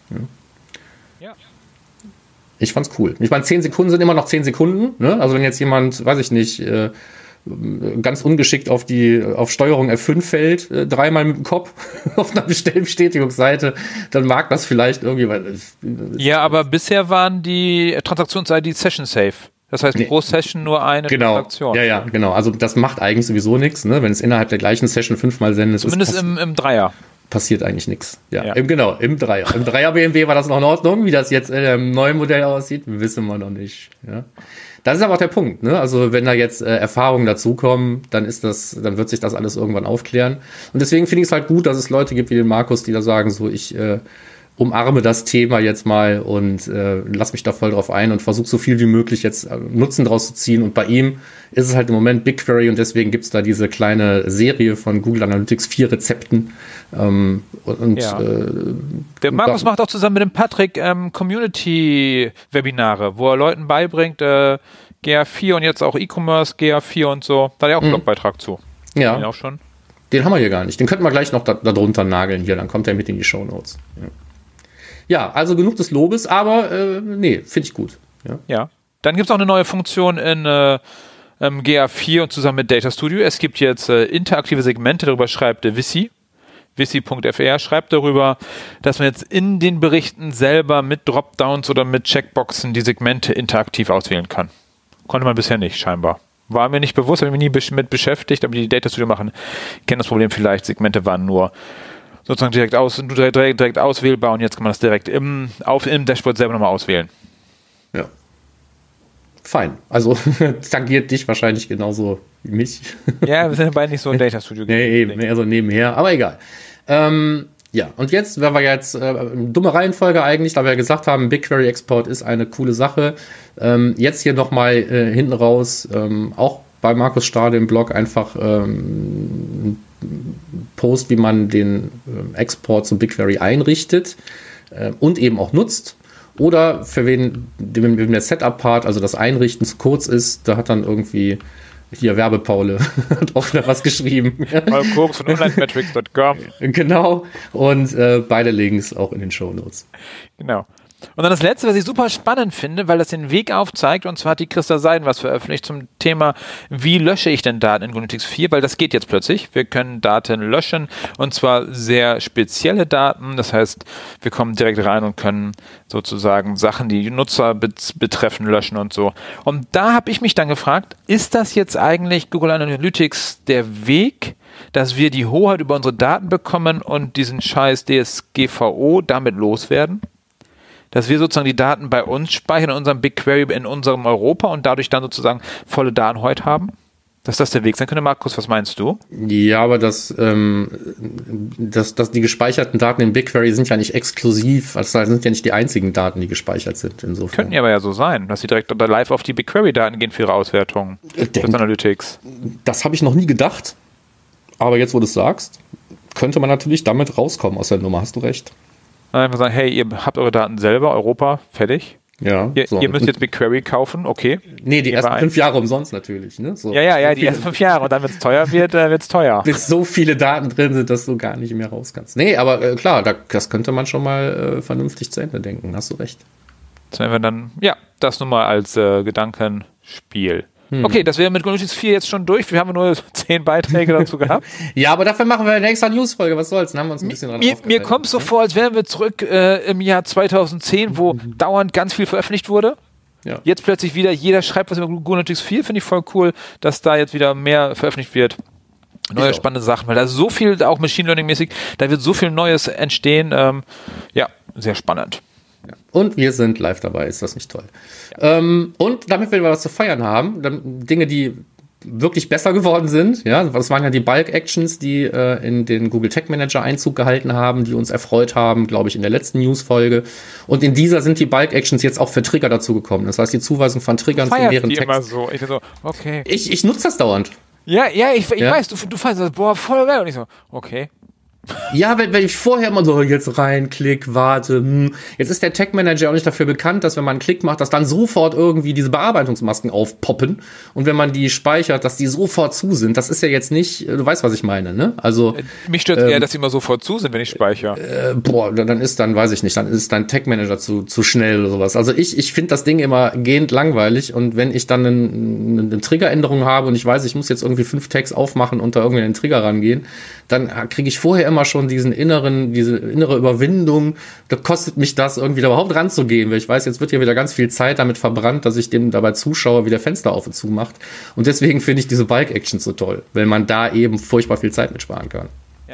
Ja. Ja. Ich fand's cool. Ich meine, zehn Sekunden sind immer noch zehn Sekunden, ne? Also wenn jetzt jemand, weiß ich nicht, äh, ganz ungeschickt auf die auf Steuerung F fünf fällt, äh, dreimal mit dem Kopf auf einer Bestellbestätigungsseite, dann mag das vielleicht irgendwie. Weil, äh, ja, aber bisher waren die Transaktions-I D Session Safe. Das heißt, nee. pro Session nur eine genau. Transaktion. Ja, ja, genau. Also das macht eigentlich sowieso nichts, ne? Wenn es innerhalb der gleichen Session fünfmal sendet. Zumindest ist, im, im Dreier. Passiert eigentlich nichts. Ja, ja. Im, genau, im Dreier. Im Dreier B M W war das noch in Ordnung. Wie das jetzt im neuen Modell aussieht, wissen wir noch nicht. Ja. Das ist aber auch der Punkt, ne? Also wenn da jetzt äh, Erfahrungen dazukommen, dann ist das, dann wird sich das alles irgendwann aufklären. Und deswegen finde ich es halt gut, dass es Leute gibt wie den Markus, die da sagen, so ich äh, umarme das Thema jetzt mal und äh, lass mich da voll drauf ein und versuche so viel wie möglich jetzt äh, Nutzen draus zu ziehen. Und bei ihm ist es halt im Moment BigQuery und deswegen gibt's da diese kleine Serie von Google Analytics vier Rezepten. Ähm, und Ja. äh, Der Markus da, macht auch zusammen mit dem Patrick ähm, Community-Webinare, wo er Leuten beibringt, äh, G A vier und jetzt auch E-Commerce, G A vier und so. Da hat er auch einen Mhm. Blogbeitrag zu. ja. Den auch schon. Den haben wir hier gar nicht. Den könnten wir gleich noch da, da drunter nageln hier, dann kommt er mit in die Shownotes. Ja, ja, also genug des Lobes, aber äh, nee, finde ich gut. Ja. Ja. Dann gibt es auch eine neue Funktion in äh, ähm, G A vier und zusammen mit Data Studio. Es gibt jetzt äh, interaktive Segmente, darüber schreibt äh, Wissi. Wissi Punkt F R schreibt darüber, dass man jetzt in den Berichten selber mit Dropdowns oder mit Checkboxen die Segmente interaktiv auswählen kann. Konnte man bisher nicht, scheinbar. War mir nicht bewusst, habe ich mich nie besch- mit beschäftigt, aber die Data Studio machen, kennen das Problem vielleicht, Segmente waren nur sozusagen direkt, aus, direkt, direkt auswählbar und jetzt kann man das direkt im, auf, im Dashboard selber nochmal auswählen. Ja. Fein. Also tangiert dich wahrscheinlich genauso wie mich. Ja, wir sind ja beide nicht so ein Data Studio. Nee, eben, eher so nebenher, aber egal. Ähm, ja, und jetzt, wenn wir jetzt, äh, dumme Reihenfolge eigentlich, da wir ja gesagt haben, BigQuery-Export ist eine coole Sache. Ähm, jetzt hier nochmal äh, hinten raus, ähm, auch bei Markus Stade im Blog einfach ähm, Post, wie man den äh, Export zum BigQuery einrichtet äh, und eben auch nutzt. Oder für wen, dem, dem der Setup-Part, also das Einrichten zu kurz ist, da hat dann irgendwie hier Werbepaule hat auch wieder was geschrieben. Paul Koks von online metrics Punkt com. Genau. Und äh, beide Links auch in den Shownotes. Genau. Und dann das Letzte, was ich super spannend finde, weil das den Weg aufzeigt, und zwar hat die Christa Seiden was veröffentlicht zum Thema, wie lösche ich denn Daten in Google Analytics vier, weil das geht jetzt plötzlich. Wir können Daten löschen, und zwar sehr spezielle Daten. Das heißt, wir kommen direkt rein und können sozusagen Sachen, die Nutzer bet- betreffen, löschen und so. Und da habe ich mich dann gefragt, ist das jetzt eigentlich Google Analytics der Weg, dass wir die Hoheit über unsere Daten bekommen und diesen scheiß D S G V O damit loswerden? Dass wir sozusagen die Daten bei uns speichern in unserem BigQuery, in unserem Europa und dadurch dann sozusagen volle Datenhoheit haben? Dass das der Weg sein könnte, Markus, was meinst du? Ja, aber das, ähm, das, das, die gespeicherten Daten in BigQuery sind ja nicht exklusiv, also das sind ja nicht die einzigen Daten, die gespeichert sind. Insofern. Könnten ja aber ja so sein, dass sie direkt oder live auf die BigQuery-Daten gehen für ihre Auswertung. Denk- Analytics. Das habe ich noch nie gedacht, aber jetzt, wo du es sagst, könnte man natürlich damit rauskommen aus der Nummer, hast du recht. Einfach sagen, hey, ihr habt eure Daten selber, Europa, fertig. Ja. Ihr, so. ihr müsst jetzt BigQuery kaufen, okay. Nee, die Gehen ersten wir ein. fünf Jahre umsonst natürlich. Ne? So. Ja, ja, ja, So die viele- ersten fünf Jahre und dann, wenn es teuer wird, äh, wird es teuer. bis so viele Daten drin sind, dass du gar nicht mehr raus kannst. Nee, aber äh, klar, da, das könnte man schon mal äh, vernünftig zu Ende denken. Hast du recht. Das werden wir dann, ja, das nur mal als äh, Gedankenspiel. Hm. Okay, das wäre mit Google Analytics vier jetzt schon durch. Wir haben nur zehn Beiträge dazu gehabt. Ja, aber dafür machen wir eine extra Newsfolge. Was soll's? Dann haben wir uns ein bisschen dran Mir, mir aufgeteilt. kommt es so vor, als wären wir zurück äh, im Jahr zweitausendzehn, wo dauernd ganz viel veröffentlicht wurde. Ja. Jetzt plötzlich wieder, jeder schreibt was über Google Analytics vier. Finde ich voll cool, dass da jetzt wieder mehr veröffentlicht wird. Neue Ich auch. spannende Sachen, weil da ist so viel, auch Machine Learning mäßig, da wird so viel Neues entstehen. Ähm, ja, sehr spannend. Ja. Und wir sind live dabei, ist das nicht toll? Ja. Ähm, und damit wir was zu feiern haben, dann Dinge, die wirklich besser geworden sind, ja, das waren ja die Bulk-Actions, die äh, in den Google Tag Manager Einzug gehalten haben, die uns erfreut haben, glaube ich, in der letzten News-Folge. Und in dieser sind die Bulk-Actions jetzt auch für Trigger dazugekommen. Das heißt, die Zuweisung von Triggern von Feiert mehreren die immer Texten. so. Ich bin so, okay. Ich, ich nutze das dauernd. Ja, ja, ich, ich Ja. weiß, du, du fandest das, boah, voll geil. Und ich so, okay. Ja, wenn, wenn ich vorher immer so, jetzt rein, Klick, warte, hm. Jetzt ist der Tag Manager auch nicht dafür bekannt, dass wenn man einen Klick macht, dass dann sofort irgendwie diese Bearbeitungsmasken aufpoppen. Und wenn man die speichert, dass die sofort zu sind. Das ist ja jetzt nicht, du weißt, was ich meine, ne? Also, Mich stört Ähm, eher, dass sie immer sofort zu sind, wenn ich speichere. äh, boah, dann ist dann, weiß ich nicht, dann ist dein Tag Manager zu, zu schnell oder sowas. Also ich, ich finde das Ding immer gehend langweilig. Und wenn ich dann eine, eine Triggeränderung habe und ich weiß, ich muss jetzt irgendwie fünf Tags aufmachen und da irgendwie an den Trigger rangehen, dann kriege ich vorher immer schon diesen inneren, diese innere Überwindung, da kostet mich das, irgendwie da überhaupt ranzugehen, weil ich weiß, jetzt wird ja wieder ganz viel Zeit damit verbrannt, dass ich dem dabei zuschaue, wie der Fenster auf und zu macht. Und deswegen finde ich diese Bulk-Actions so toll, weil man da eben furchtbar viel Zeit mitsparen kann. Ja.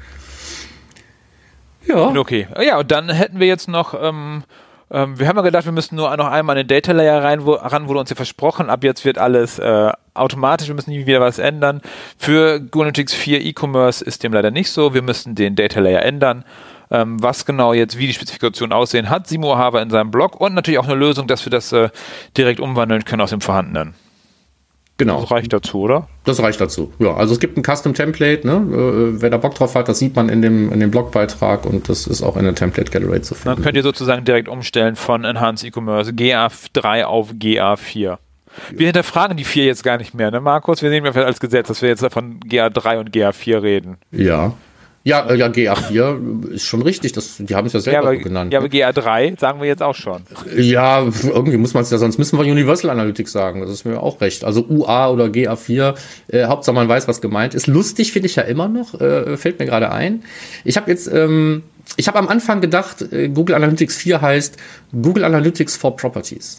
Ja. Okay. Ja, und dann hätten wir jetzt noch, ähm, ähm, wir haben ja gedacht, wir müssten nur noch einmal in den Data Layer rein, wo, ran, wurde uns ja versprochen, ab jetzt wird alles äh, automatisch, wir müssen nie wieder was ändern. Für Google Analytics vier E-Commerce ist dem leider nicht so, wir müssen den Data Layer ändern. ähm, was genau jetzt, wie die Spezifikationen aussehen, hat Simo Haber in seinem Blog und natürlich auch eine Lösung, dass wir das äh, direkt umwandeln können aus dem Vorhandenen. Genau. Das reicht dazu, oder? Das reicht dazu. Ja, also es gibt ein Custom-Template, ne? Äh, wer da Bock drauf hat, das sieht man in dem, in dem Blogbeitrag und das ist auch in der Template-Gallery zu finden. Dann könnt ihr sozusagen direkt umstellen von Enhanced E-Commerce G A drei auf G A vier. Wir hinterfragen die vier jetzt gar nicht mehr, ne Markus? Wir sehen ja als Gesetz, dass wir jetzt von G A drei und G A vier reden. Ja. Ja, ja, G A vier ist schon richtig, das, die haben es ja selber ja, aber, so genannt. Ja, aber G A drei sagen wir jetzt auch schon. Ja, irgendwie muss man es ja, sonst müssen wir Universal Analytics sagen, das ist mir auch recht. Also U A oder G A vier, äh, Hauptsache man weiß, was gemeint ist. Lustig finde ich ja immer noch, äh, fällt mir gerade ein. Ich habe jetzt, ähm, ich habe am Anfang gedacht, äh, Google Analytics vier heißt Google Analytics for Properties.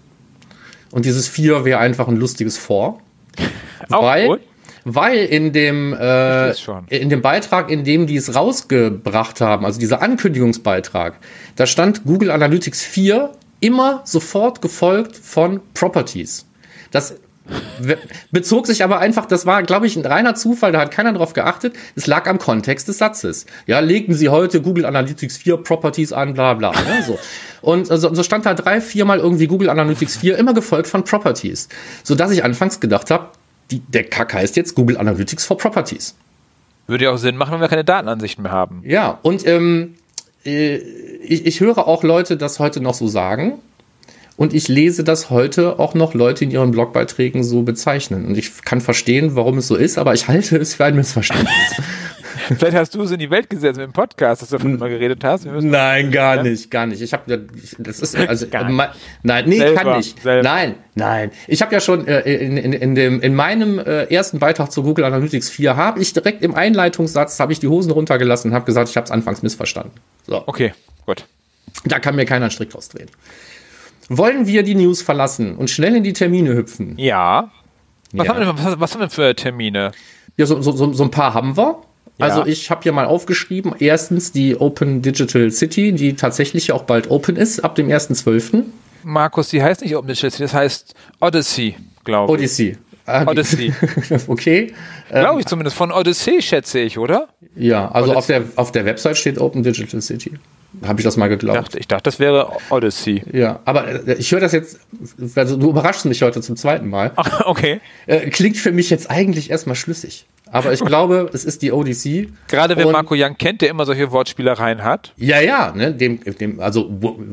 Und dieses vier wäre einfach ein lustiges For. Auch weil, gut. Weil in dem, äh, in dem Beitrag, in dem die es rausgebracht haben, also dieser Ankündigungsbeitrag, da stand Google Analytics vier immer sofort gefolgt von Properties. Das bezog sich aber einfach, das war, glaube ich, ein reiner Zufall, da hat keiner drauf geachtet, es lag am Kontext des Satzes. Ja, legten Sie heute Google Analytics vier Properties an, bla bla. Ne, so. Und so, so stand da drei, viermal irgendwie Google Analytics vier, immer gefolgt von Properties. Sodass ich anfangs gedacht habe, Die, der Kack heißt jetzt Google Analytics for Properties. Würde ja auch Sinn machen, wenn wir keine Datenansichten mehr haben. Ja, und ähm, äh, ich, ich höre auch Leute das heute noch so sagen und ich lese das heute auch noch Leute in ihren Blogbeiträgen so bezeichnen. Und ich kann verstehen, warum es so ist, aber ich halte es für ein Missverständnis. Vielleicht hast du es in die Welt gesetzt mit dem Podcast, dass du davon mal geredet hast. Nein, gar nicht, gar nicht. Ich habe, das ist also, ma, nein, nee, selber, kann nicht. Selber. Nein, nein. Ich habe ja schon äh, in, in, in dem in meinem äh, ersten Beitrag zu Google Analytics vier habe ich direkt im Einleitungssatz habe ich die Hosen runtergelassen und habe gesagt, ich habe es anfangs missverstanden. So. Okay, gut. Da kann mir keiner einen Strick draus drehen. Wollen wir die News verlassen und schnell in die Termine hüpfen? Ja. Was, ja. Haben, wir, was, was haben wir für Termine? Ja, so, so, so ein paar haben wir. Also ja. ich habe hier mal aufgeschrieben, erstens die Open Digital City, die tatsächlich auch bald open ist, ab dem ersten zwölften Markus, die heißt nicht Open Digital City, das heißt Odyssey, glaube ich. Odyssey. Ah, Odyssey. Okay. Glaube ich zumindest, von Odyssey schätze ich, oder? Ja, also Odyssey. auf der, auf der Website steht Open Digital City. Habe ich das mal geglaubt. Ich dachte, ich dachte, das wäre Odyssey. Ja, aber ich höre das jetzt, also du überraschst mich heute zum zweiten Mal. Ach, okay. Äh, klingt für mich jetzt eigentlich erstmal schlüssig. Aber ich glaube, es ist die Odyssey. Gerade wer Und Marco Young kennt, der immer solche Wortspielereien hat. Ja, ja, ne, dem, dem, also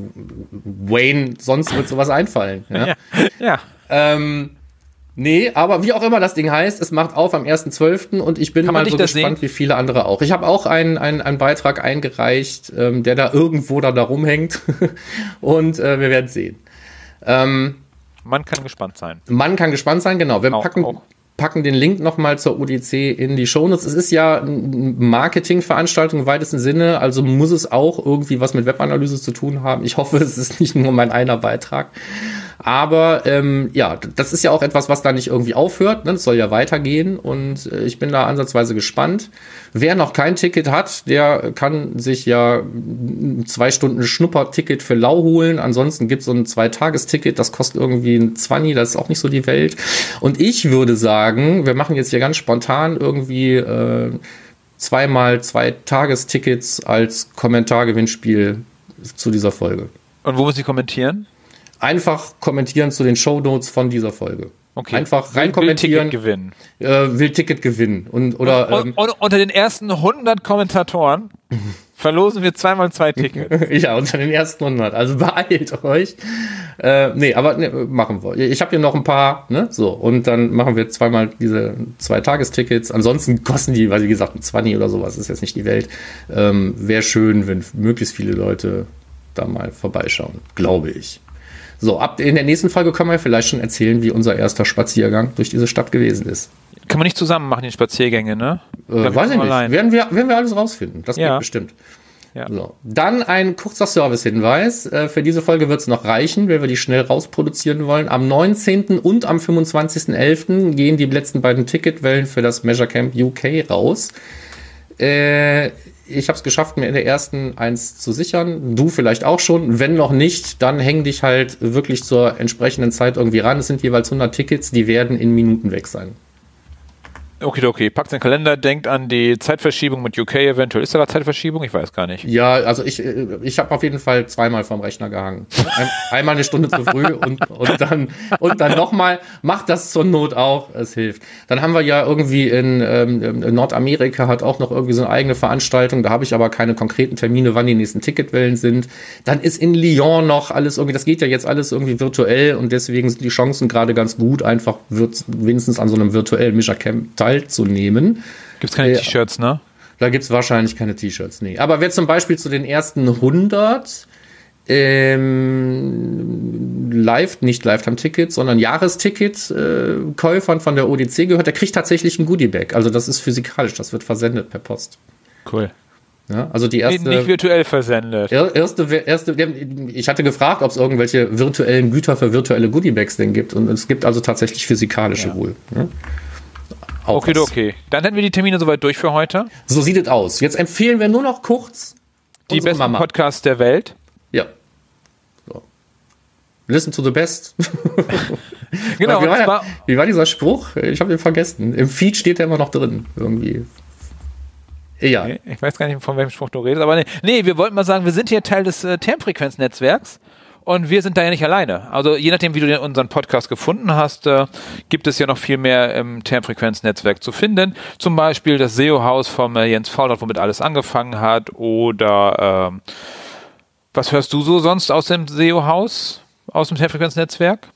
Wayne, sonst wird sowas einfallen. Ja. Ja. ja. Ähm, nee, aber wie auch immer das Ding heißt, es macht auf am ersten zwölften und ich bin Kann man mal so nicht das gespannt, sehen? wie viele andere auch. Ich habe auch einen, einen, einen Beitrag eingereicht, ähm, der da irgendwo da, da rumhängt und äh, wir werden sehen. Ähm, Man kann gespannt sein. man kann gespannt sein, genau. Wir Auch, packen, auch. packen den Link nochmal zur O D C in die Shownotes. Es ist ja eine Marketingveranstaltung im weitesten Sinne, also muss es auch irgendwie was mit Webanalyse zu tun haben. Ich hoffe, es ist nicht nur mein einer Beitrag. Aber ähm, ja, das ist ja auch etwas, was da nicht irgendwie aufhört. Ne? Das soll ja weitergehen und äh, ich bin da ansatzweise gespannt. Wer noch kein Ticket hat, der kann sich ja ein zwei Stunden Schnupperticket für lau holen. Ansonsten gibt es so ein Zwei-Tages-Ticket, das kostet irgendwie ein zwanzig, das ist auch nicht so die Welt. Und ich würde sagen, wir machen jetzt hier ganz spontan irgendwie äh, zweimal Zwei-Tages-Tickets als Kommentargewinnspiel zu dieser Folge. Und wo muss ich kommentieren? Einfach kommentieren zu den Shownotes von dieser Folge. Okay. Einfach Will- rein kommentieren. Will Ticket gewinnen. Äh, will Ticket gewinnen. Und, oder, und, ähm, und, unter den ersten hundert Kommentatoren verlosen wir zweimal zwei Tickets. ja, unter den ersten hundert. Also beeilt euch. Äh, nee, aber nee, machen wir. Ich habe hier noch ein paar, ne? So, und dann machen wir zweimal diese zwei Tagestickets. Ansonsten kosten die, weil wie gesagt, ein zwanzig oder sowas ist jetzt nicht die Welt. Ähm, Wäre schön, wenn möglichst viele Leute da mal vorbeischauen, glaube ich. So, ab in der nächsten Folge können wir vielleicht schon erzählen, wie unser erster Spaziergang durch diese Stadt gewesen ist. Kann man nicht zusammen machen, die Spaziergänge, ne? Äh, weiß ich nicht. Werden wir, werden wir alles rausfinden. Das Ja. geht bestimmt. Ja. So. Dann ein kurzer Service-Hinweis. Äh, für diese Folge wird es noch reichen, wenn wir die schnell rausproduzieren wollen. Am neunzehnten und am fünfundzwanzigsten elften gehen die letzten beiden Ticketwellen für das Measure Camp U K raus. Äh, ich habe es geschafft, mir in der ersten eins zu sichern. Du vielleicht auch schon. Wenn noch nicht, dann häng dich halt wirklich zur entsprechenden Zeit irgendwie ran. Es sind jeweils hundert Tickets, die werden in Minuten weg sein. Okay, okay. Packt den Kalender, denkt an die Zeitverschiebung mit U K eventuell. Ist da Zeitverschiebung? Ich weiß gar nicht. Ja, also ich, ich habe auf jeden Fall zweimal vom Rechner gehangen. Ein, einmal eine Stunde zu früh und, und dann, und dann nochmal. Macht das zur Not auch, es hilft. Dann haben wir ja irgendwie in, ähm, in Nordamerika hat auch noch irgendwie so eine eigene Veranstaltung. Da habe ich aber keine konkreten Termine, wann die nächsten Ticketwellen sind. Dann ist in Lyon noch alles irgendwie, das geht ja jetzt alles irgendwie virtuell und deswegen sind die Chancen gerade ganz gut, einfach wird, wenigstens an so einem virtuellen Mischer-Camp teilzunehmen. Gibt's keine äh, T-Shirts, ne? Da gibt's wahrscheinlich keine T-Shirts, nee. Aber wer zum Beispiel zu den ersten hundert ähm, Live, nicht Lifetime-Tickets, sondern Jahresticket-Käufern äh, von der O D C gehört, der kriegt tatsächlich ein Goodie-Bag. Also das ist physikalisch, das wird versendet per Post. Cool. Ja, also die erste, nicht virtuell versendet. Erste, erste, ich hatte gefragt, ob es irgendwelche virtuellen Güter für virtuelle Goodiebags denn gibt. Und es gibt also tatsächlich physikalische ja. wohl. Ja? Okay, okay. Dann hätten wir die Termine soweit durch für heute. So sieht es aus. Jetzt empfehlen wir nur noch kurz die besten Mama. Podcasts der Welt. Ja. So. Listen to the best. Genau. wie, war der, war, wie war dieser Spruch? Ich habe den vergessen. Im Feed steht der immer noch drin. Irgendwie. Ja. Okay, ich weiß gar nicht, von welchem Spruch du redest, aber nee, nee, wir wollten mal sagen, wir sind hier Teil des äh, Termfrequenz-Netzwerks und wir sind da ja nicht alleine. Also je nachdem, wie du unseren Podcast gefunden hast, äh, gibt es ja noch viel mehr im Termfrequenz-Netzwerk zu finden. Zum Beispiel das S E O-Haus vom äh, Jens Faulert, womit alles angefangen hat, oder ähm, was hörst du so sonst aus dem S E O-Haus, aus dem Termfrequenz-Netzwerk?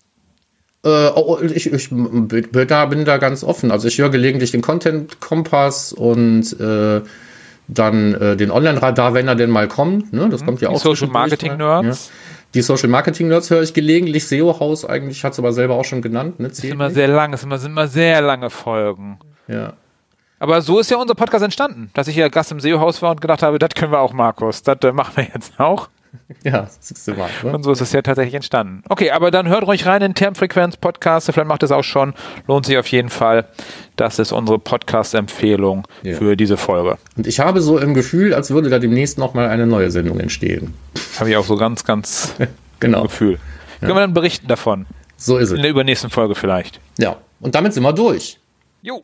Äh, ich, ich bin, da, bin da ganz offen. Also ich höre gelegentlich den Content-Kompass und äh, dann äh, den Online-Radar, wenn er denn mal kommt. Ne? Das kommt ja die auch. Social-Marketing-Nerds. Ja. Die Social-Marketing-Nerds höre ich gelegentlich. S E O-Haus eigentlich, hat es aber selber auch schon genannt. Ne? Das ist immer sehr lang, es sind immer, sind immer sehr lange Folgen. Ja. Aber so ist ja unser Podcast entstanden, dass ich ja Gast im S E O-Haus war und gedacht habe, das können wir auch, Markus. Das äh, machen wir jetzt auch. Ja, das siehst du mal. Ne? Und so ist es ja tatsächlich entstanden. Okay, aber dann hört ruhig rein in Termfrequenz-Podcast. Vielleicht macht es auch schon. Lohnt sich auf jeden Fall. Das ist unsere Podcast-Empfehlung ja. für diese Folge. Und ich habe so im Gefühl, als würde da demnächst nochmal eine neue Sendung entstehen. Habe ich auch so ganz, ganz genau. Gefühl. Ja. Können wir dann berichten davon? So ist es. In der übernächsten Folge vielleicht. Ja, und damit sind wir durch. Jo.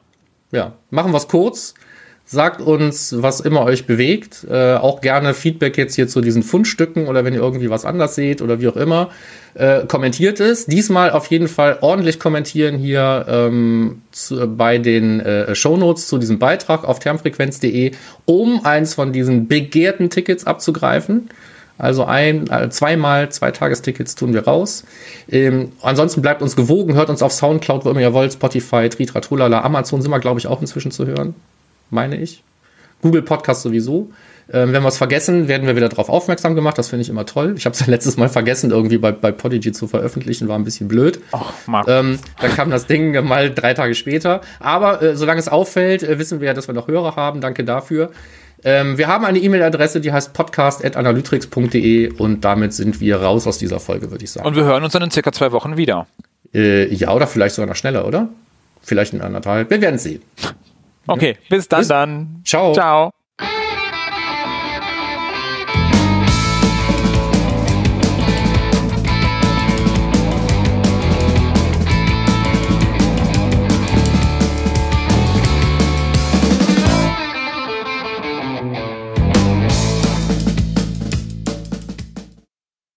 Ja, machen wir es kurz. Sagt uns, was immer euch bewegt. Äh, auch gerne Feedback jetzt hier zu diesen Fundstücken oder wenn ihr irgendwie was anders seht oder wie auch immer. Äh, kommentiert es. Diesmal auf jeden Fall ordentlich kommentieren hier ähm, zu, bei den äh, Shownotes zu diesem Beitrag auf termfrequenz punkt de, um eins von diesen begehrten Tickets abzugreifen. Also ein, äh, zweimal zwei Tagestickets tun wir raus. Ähm, ansonsten bleibt uns gewogen, hört uns auf Soundcloud, wo immer ihr wollt, Spotify, Tritra, Trulala, Amazon sind wir, glaube ich, auch inzwischen zu hören. Meine ich. Google Podcast sowieso. Ähm, wenn wir es vergessen, werden wir wieder darauf aufmerksam gemacht. Das finde ich immer toll. Ich habe es ja letztes Mal vergessen, irgendwie bei, bei Podigy zu veröffentlichen. War ein bisschen blöd. Ach, Marc. Ähm, dann kam das Ding mal drei Tage später. Aber äh, solange es auffällt, äh, wissen wir ja, dass wir noch Hörer haben. Danke dafür. Ähm, wir haben eine E-Mail-Adresse, die heißt podcast at analytrix punkt de und damit sind wir raus aus dieser Folge, würde ich sagen. Und wir hören uns dann in circa zwei Wochen wieder. Äh, ja, oder vielleicht sogar noch schneller, oder? Vielleicht in anderthalb. Wir werden sehen. Okay, bis dann bis dann. Ciao. Ciao.